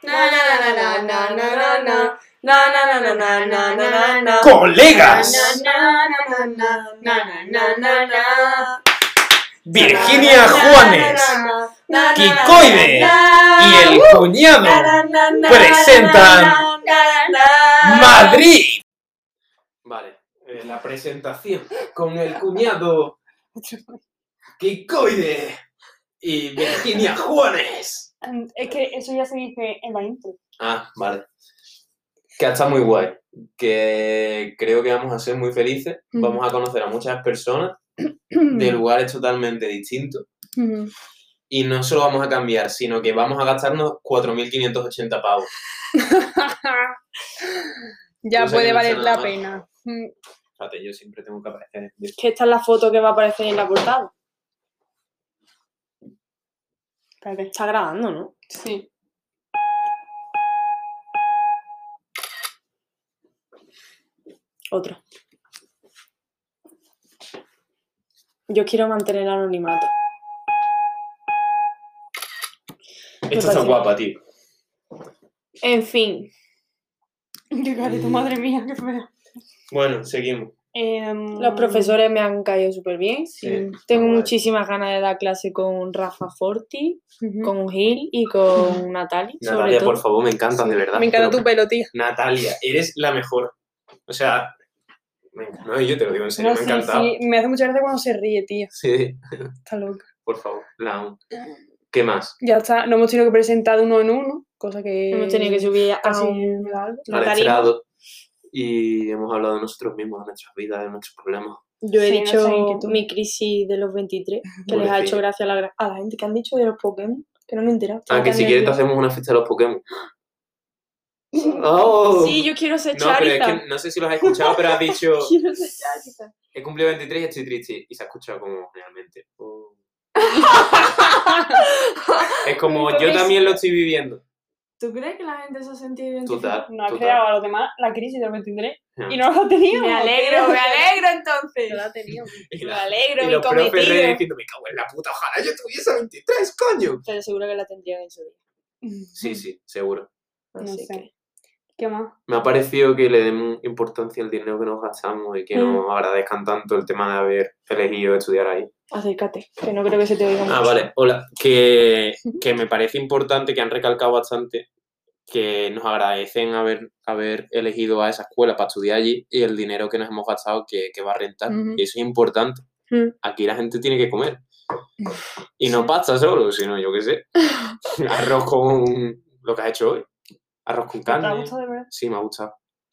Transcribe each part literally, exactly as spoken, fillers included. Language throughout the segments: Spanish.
¡Colegas! Virginia Juanes, Kikoide y el cuñado presentan Madrid. Vale, eh, la presentación con el cuñado Kikoide y Virginia Juanes. Es que eso ya se dice en la intro. Ah, vale. Que está muy guay. Que creo que vamos a ser muy felices. Mm. Vamos a conocer a muchas personas de lugares totalmente distintos. Mm. Y no solo vamos a cambiar, sino que vamos a gastarnos cuatro mil quinientos ochenta pavos. Ya Cosa puede que no valer está la nada mal. pena. Mm. Fíjate, yo siempre tengo que aparecer. Que esta es la foto que va a aparecer en la portada. Espérate. Está grabando, ¿no? Sí. Otro. Yo quiero mantener el anonimato. Esta está parece- guapa, tío. En fin. Qué carito, madre mía, qué feo. Bueno, seguimos. Em, Los profesores me han caído súper bien. Sí. Tengo Vamos a ver. muchísimas ganas de dar clase con Rafa Forti, Ujú. con Gil y con Natalia. sobre Natalia, todo. por favor, me encantas, Sí. de verdad. Me encanta Pero- tu pelo, tía. Natalia, eres la mejor. O sea, me enc- no, yo te lo digo en serio, No, me sí, ha encantado. sí, me hace mucha gracia cuando se ríe, tía. Sí, Está loca. por favor, la amo. ¿Qué más? Ya está, no hemos tenido que presentar de uno en uno, cosa que... Hemos tenido que subir a casi un... me da algo. Una Al tarima. estrado. Y hemos hablado de nosotros mismos, de nuestras vidas, de nuestros problemas. Yo he Sí, no dicho sé, que tú- mi crisis de los veintitrés, que les ha Pobrecilla. hecho gracia a la, gra- a la gente que han dicho de los Pokémon, que no me he enterado. Ah, que Estaba si tan quieres te nerviosa. hacemos una fiesta de los Pokémon. ¡Oh! Sí, yo quiero ser No, pero es Charizard. que no sé si los has escuchado, pero has dicho Quiero ser Charizard. he cumplido veintitrés y estoy triste. Y se ha escuchado como realmente. Oh. Es como yo también lo estoy viviendo. ¿Tú crees que la gente se ha sentido identificada? Total. No ha total. creado a los demás la crisis del veintitrés Ya. y no lo ha tenido. Me alegro, me alegro entonces. No la ha tenido. Y, Me la- alegro, y mi los profes cometido. redes diciendo, me cago en la puta, ojalá yo tuviese veintitrés, coño. Pero seguro que la tendrían en su día. Sí, sí, seguro. No Así sé. que... ¿Qué más? Me ha parecido que le den importancia al dinero que nos gastamos y que Mm. nos agradezcan tanto el tema de haber elegido estudiar ahí. Acércate, que no creo que se te oiga mucho. Ah, vale, hola. Que, que me parece importante, que han recalcado bastante, que nos agradecen haber, haber elegido a esa escuela para estudiar allí y el dinero que nos hemos gastado que, que va a rentar. Ujú. Y eso es importante. Mm. Aquí la gente tiene que comer. Y no pasta solo, sino yo qué sé. Arroz con lo que has hecho hoy. Arroz con ¿Te ha carne. gustado de verdad? Sí, me ha gustado.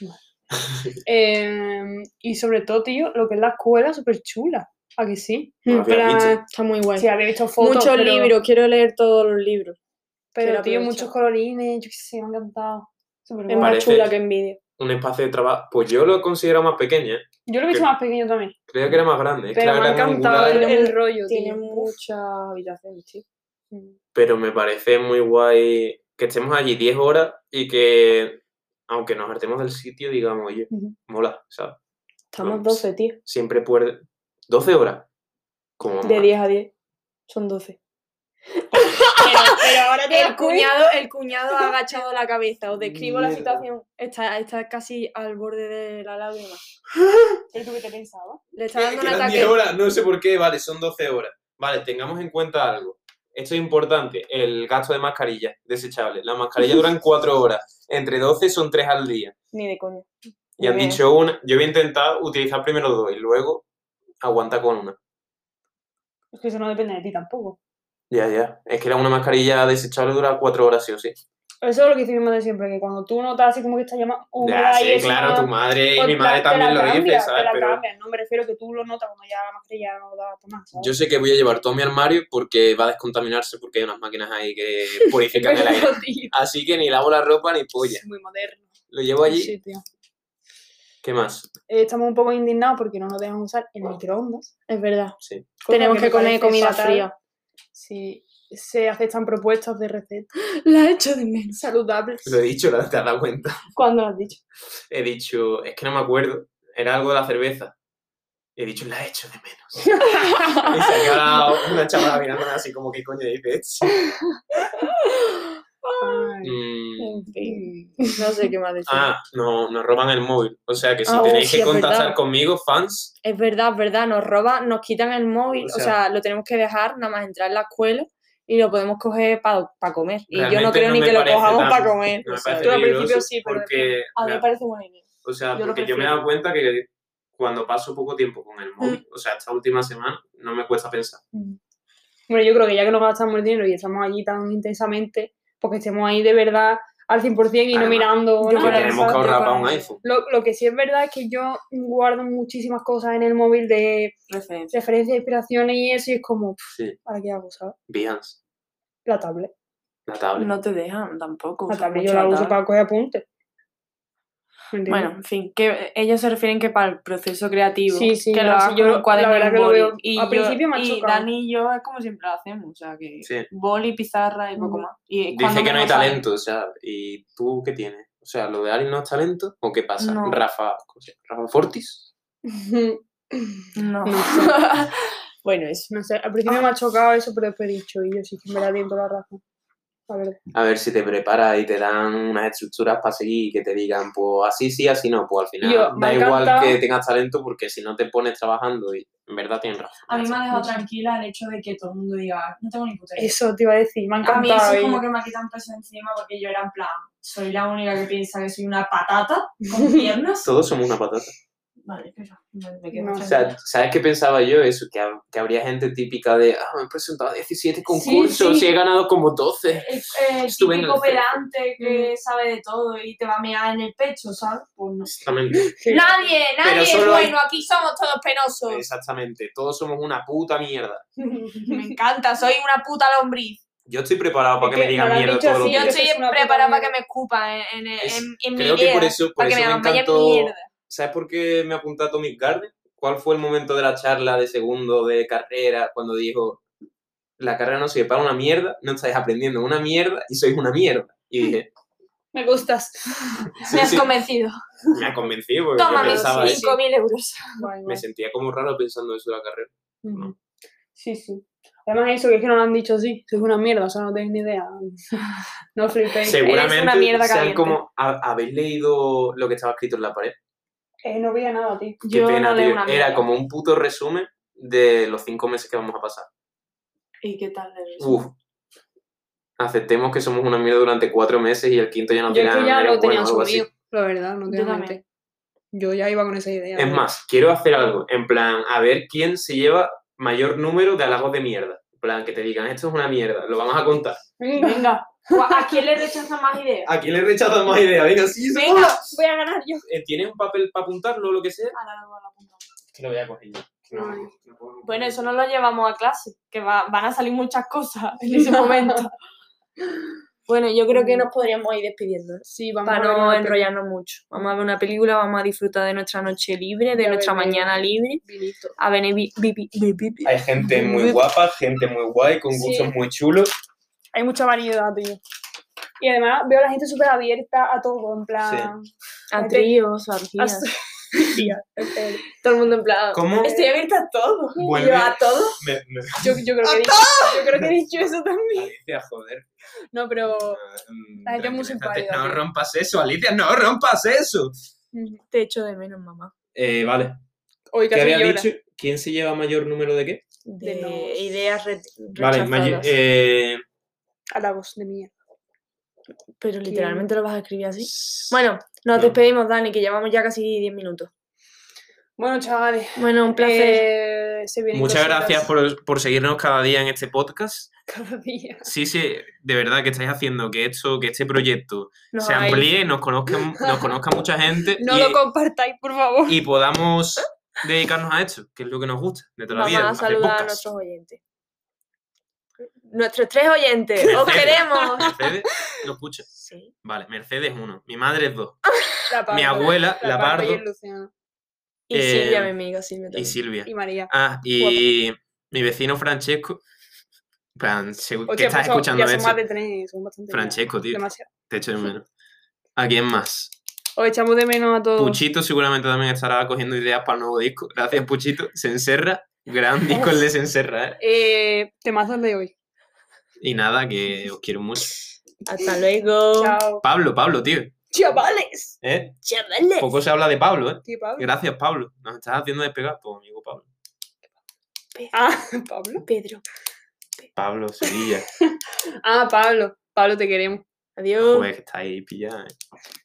Eh, y sobre todo, tío, lo que es la escuela, súper chula. ¿A que sí? No lo Mm, había pero visto. está muy guay. Sí, había visto fotos, Muchos pero, libros, quiero leer todos los libros. pero quiero tío, aprovechar. muchos colorines, yo qué sé, me ha encantado. Súper Es guay. más Parece- chula que en vídeo. Un espacio de trabajo. Pues yo lo considero más pequeño, ¿eh? Yo lo he visto que- más pequeño también. Creía que era más grande. Es que Pero la me ha gran encantado angular- el, Tiene el rollo, Tiene tío. muchas habitaciones, sí. Pero me parece muy guay que estemos allí diez horas y que, aunque nos hartemos del sitio, digamos, oye, Ujú. mola, ¿sabes? Estamos No, doce, tío. Siempre puede... ¿doce horas? Como De diez a diez. Son doce. Pero, pero ahora te El das cuenta. cuñado, el cuñado ha agachado la cabeza. Os describo la Mierda. situación. Está, está casi al borde de la lágrima. ¿Pero tú qué te pensabas? Le está dando un Quedan ataque. diez horas, no sé por qué, vale, son doce horas. Vale, tengamos en cuenta algo. Esto es importante, el gasto de mascarillas desechables. Las mascarillas duran cuatro horas. Entre doce son tres al día. Ni de coña. Y han Muy bien. dicho una. Yo voy a intentar utilizar primero dos y luego aguanta con una. Es que eso no depende de ti tampoco. Ya, ya. Es que era una mascarilla desechable dura cuatro horas sí o sí. Eso es lo que dice mi madre siempre, que cuando tú notas así como que está llamando Ya, húmeda y sí, eso, claro, no- tu madre y pues mi madre te también la lo cambia, dice, ¿sabes? Te la Pero cambias, no me refiero que tú lo notas cuando ya la mascarilla no da más, ¿sabes? yo sé que voy a llevar todo mi armario porque va a descontaminarse porque hay unas máquinas ahí que purifican el aire. Pero, tío, Así que ni lavo la ropa ni polla. es muy moderno. Lo llevo allí. Sí, tío. ¿Qué más? Eh, estamos un poco indignados porque no nos dejan usar el microondas. Es verdad. Sí. cosa Tenemos que, me comer parece comida fatal. fría. Si se aceptan propuestas de recetas La he hecho de menos. saludables. Lo he dicho, ¿te has dado cuenta? ¿Cuándo lo has dicho? He dicho, es que no me acuerdo. Era algo de la cerveza. He dicho, la he hecho de menos. Y se ha quedado una chavala mirándome así como, ¿qué coño dices? Ay. Mm, En fin, no sé qué más decir. Ah, no, nos roban el móvil. O sea que si Ah, oh, tenéis sí, que es contactar verdad. conmigo, fans, Es verdad, es verdad, nos roban, nos quitan el móvil, O o sea- sea, lo tenemos que dejar nada más entrar en la escuela y lo podemos coger para comer. Y yo no realmente creo no ni me que lo parece cojamos tan- para comer. no me o sea, parece Tú al peligroso principio sí, pero porque, después- a mí me parece buena idea. o sea, yo lo porque yo me he prefiero. dado cuenta que cuando paso poco tiempo con el móvil, o sea, esta última semana, no me cuesta pensar. Bueno, yo creo que ya que nos gastamos el dinero y estamos allí tan intensamente, porque estemos ahí de verdad al cien por ciento y no Además, mirando yo nada, con el- tenemos que ¿sabes? ahorrar yo para con un el- iPhone. Lo, lo que sí es verdad es que yo guardo muchísimas cosas en el móvil de Referencia. referencias, inspiraciones y eso, y es como, pff, Sí, ¿para qué hago, sabes? Behance, La tablet. la tablet. No te dejan tampoco. La usar tablet mucho yo la uso tablet. para coger apuntes. ¿Me entiendes? Bueno, en fin, que ellos se refieren que para el proceso creativo, Sí, sí, que no, lo sí, hagas yo con un la cuaderno verdad y que un lo boli. veo- Y, al yo- principio me ha y chocado. Dani y yo es como siempre lo hacemos, o sea que Sí. boli, pizarra y poco Ujú. más. Y Dice cuando que no hay menos sale. talento, o sea, ¿y tú qué tienes? O sea, ¿lo de Ari no es talento? ¿O qué pasa? No. Rafa, ¿cómo se llama? ¿Rafa Fortis? No. No sé. Bueno, eso. No sé, al principio me ha chocado eso, pero después he dicho, y yo sí que me da tiempo la razón. La verdad. A ver si te preparas y te dan unas estructuras para seguir y que te digan, pues así sí, así no. Pues al final Yo, me da ha igual encantado- que tengas talento porque si no te pones trabajando y en verdad tienes razón. A mí me ha dejado tranquila el hecho de que todo el mundo diga, no tengo ni puta idea. Eso te iba a decir, me ha A mí encantado. eso es y- como que me ha quitado un peso encima porque yo era en plan, soy la única que piensa que soy una patata con piernas. Todos somos una patata. Vale, pero me, me quedo No. O tranquila. sea, ¿sabes qué pensaba yo? Eso, que, hab- que habría gente típica de, ah, me he presentado a diecisiete concursos sí. y he ganado como doce. El, el Estuve en el típico C E F. pedante que sabe de todo y te va a mear en el pecho, ¿sabes? Pues no. Exactamente. Sí. Nadie, Pero nadie es solo hay- bueno, aquí somos todos penosos. Exactamente. Todos somos una puta mierda. Me encanta, soy una puta lombriz. Yo estoy preparado para Es que me que digan me lo han mierda dicho todos los así, Yo días. que estoy es una puta preparada para mierda. que me escupan en, en, Es- en, en mi creo que idea, por eso, por para que eso me me hagan vaya encantó. mierda. ¿Sabes por qué me apunté a Atomic Garden? ¿Cuál fue el momento de la charla de segundo de carrera cuando dijo la carrera no sirve para una mierda, no estáis aprendiendo una mierda y sois una mierda? Y dije, Me gustas. sí, Me has sí, convencido. me ha convencido porque Toma yo mis pensaba eso. cinco mil euros. Guay, Me guay. sentía como raro pensando eso de la carrera. Ujú. Sí, sí. Además eso que es que no lo han dicho así, sois una mierda, o sea, no tenéis ni idea. No flipéis. Seguramente una mierda sean caliente. como, ¿ha- ¿habéis leído lo que estaba escrito en la pared? Eh, no veía nada, tío. Qué Yo pena, no leo tío. una Era mierda. como un puto resumen de los cinco meses que vamos a pasar. ¿Y qué tal de eso? Uf. Aceptemos que somos una mierda durante cuatro meses y el quinto ya nos Yo es dirán, que ya "Eres lo tenía bueno", o algo así. asumido, la verdad, no te Yo voy a también. mentir. Yo ya iba con esa idea. Es ¿no? más, quiero hacer algo, en plan, a ver quién se lleva mayor número de halagos de mierda. En plan, que te digan, esto es una mierda, lo vamos a contar. Venga, Venga, ¿a quién le rechaza más ideas? ¿A quién le rechazan más ideas? Venga, sí, eso Venga. mola. voy a ganar yo. Eh, ¿Tienes un papel para apuntarlo o lo que sea? Ahora lo apuntamos. Que lo voy a coger yo. No, Ay. no puedo. Bueno, eso no lo llevamos a clase, que va- van a salir muchas cosas en ese momento. Bueno, yo creo que nos podríamos ir despidiendo, ¿eh? Sí, vamos Para a ver no una enrollarnos mucho. Vamos a ver una película, vamos a disfrutar de nuestra noche libre, de Ya nuestra veré. mañana libre. peli- vinito. A ver, vi- vi- vi- vi- vi- vi- Hay gente muy guapa, gente muy guay, con gustos Sí. muy chulos. Hay mucha variedad, tío. Y además veo a la gente súper abierta a todo, en plan... a tríos, a orgías. a- Tía, espera. Todo el mundo en plan. ¿Cómo? Estoy abierta a todo. Vuelve- Y yo, a todo. Me, me... yo, yo, creo que he dicho, yo creo que he dicho eso también. Alicia, joder. No, pero... Mm, La gente es muy tranquilízate. simpática, No tío. rompas eso, Alicia, no rompas eso. Te echo de menos, mamá. Eh, vale. Hoy ¿Qué casi había llora. dicho? ¿Quién se lleva mayor número de qué? De, De los- ideas re- Vale, rechazadas. mayor, eh, Halagos de mierda. Pero literalmente lo vas a escribir así. bueno, Bueno, nos No. despedimos, Dani, que llevamos ya casi diez minutos. Bueno, chavales. Bueno, un placer. eh, se vienen muchas cositas gracias por, por seguirnos cada día en este podcast. cada día. Sí, sí, de verdad que estáis haciendo que esto, que este proyecto Nos se hagáis- amplíe, nos conozca, nos conozca mucha gente No y, lo compartáis, por favor. y podamos dedicarnos a esto, que es lo que nos gusta de toda la Vamos vida. a hacer saludar a podcast. nuestros oyentes. Nuestros tres oyentes, ¡os Mercedes. queremos! Mercedes, ¿lo escucha? Sí. Vale, Mercedes uno, mi madre es dos, La mi Pardo, abuela, la Pardo y Pardo el Luciano. Y Eh, Silvia, mi amiga, Silvia y también. Silvia. Y María. Ah, y mi vecino Francesco. En plan, seguro que Hostia, estás pues son- escuchando ya son eso. más de tres, son bastante. Francesco, tío. Demasiado. Te echo de menos. ¿A quién más? Os echamos de menos a todos. Puchito seguramente también estará cogiendo ideas para el nuevo disco. Gracias, Puchito. Se encerra. Gran disco el de Se encerra, ¿eh? Eh, temazos de hoy. Y nada, que os quiero mucho. Hasta luego. Chao. Pablo, Pablo, tío. Chavales. ¿Eh? Chavales. Poco se habla de Pablo, ¿eh? Tío, Pablo. Gracias, Pablo. Nos estás haciendo despegar, tu amigo Pablo. Ah, Pablo. Pedro. Pablo, Sevilla. Ah, Pablo. Pablo, te queremos. Adiós. Joder, que está ahí pillada, ¿eh?